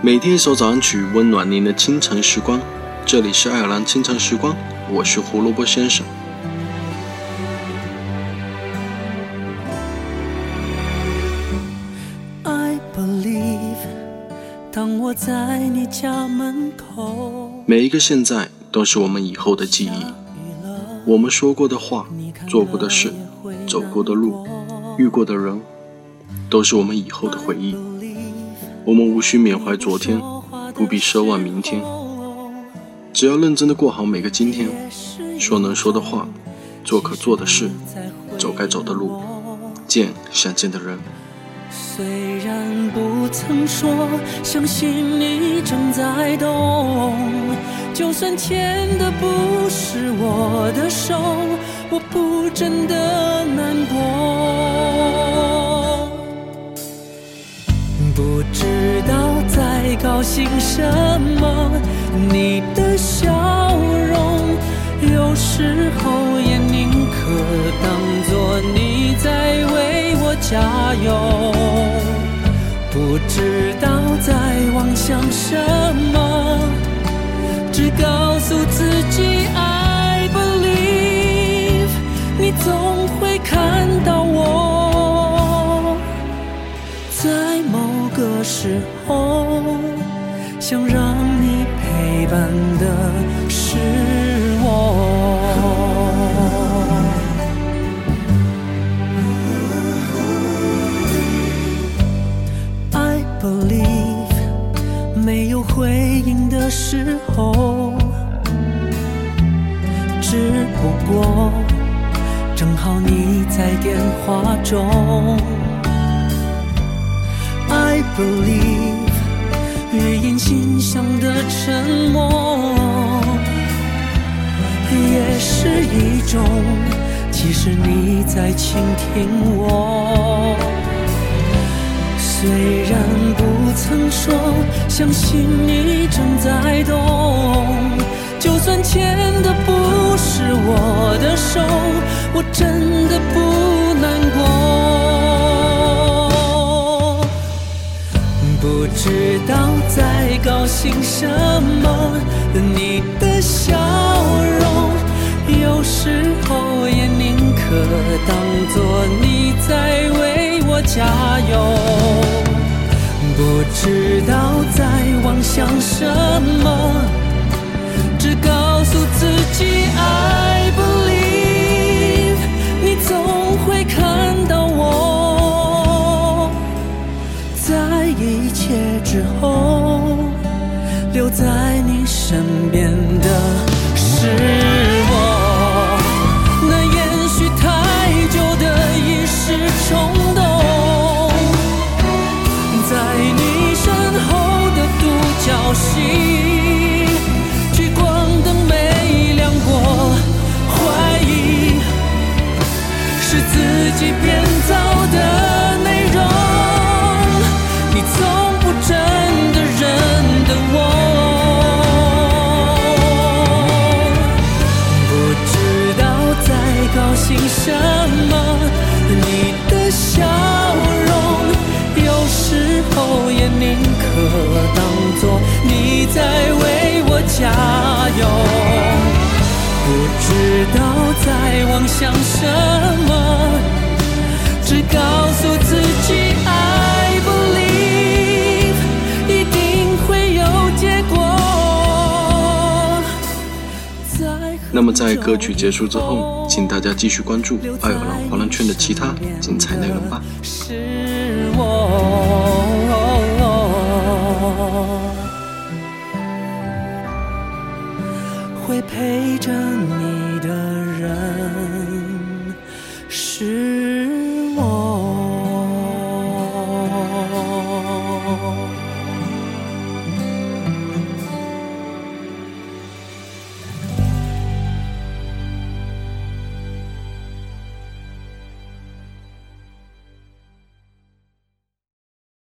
每天一首早安曲，温暖您的清晨时光。这里是爱尔兰清晨时光，我是胡萝卜先生。 I believe， 当我在你家门口， 每一个现在都是我们以后的记忆。我们说过的话，做过的事，走过的路，遇过的人，都是我们以后的回忆。我们无需缅怀昨天，不必奢望明天，只要认真的过好每个今天，说能说的话，做可做的事，走该走的路，见想见的人。 虽然不曾说，相信你正在动，就算牵的不是我的手，我不真的难过。不知道在高兴什么，你的笑容有时候也宁可当作你在为我加油。不知道在妄想什么，只告诉自己 I believe， 你总会看到我。在某个时候，想让你陪伴的是我。I believe， 没有回应的时候，只不过正好你在电话中。I believe， 语音信箱的沉默也是一种，其实你在倾听我。虽然不曾说，相信你正在动，就算牵的不是我的手，我真的不难过。不知道在高兴什么，你的笑容有时候也宁可当作你在为我加油。不知道在妄想什么，只告诉自己 I believe， 你总会看到我。在一切之后，留在你身边的是我。那延续太久的一时冲动，在你身后的独角戏，聚光灯没亮过，怀疑是自己编造的内容。你从不真的认得我。不知道在高兴什么，你的笑容有时候也宁可当作你在为我加油。不知道在妄想什么，只告诉自己 I believe， 一定会有结果。 那么在歌曲结束之后，请大家继续关注爱尔兰华人圈的其他精彩内容吧。 是我会陪着你的人，是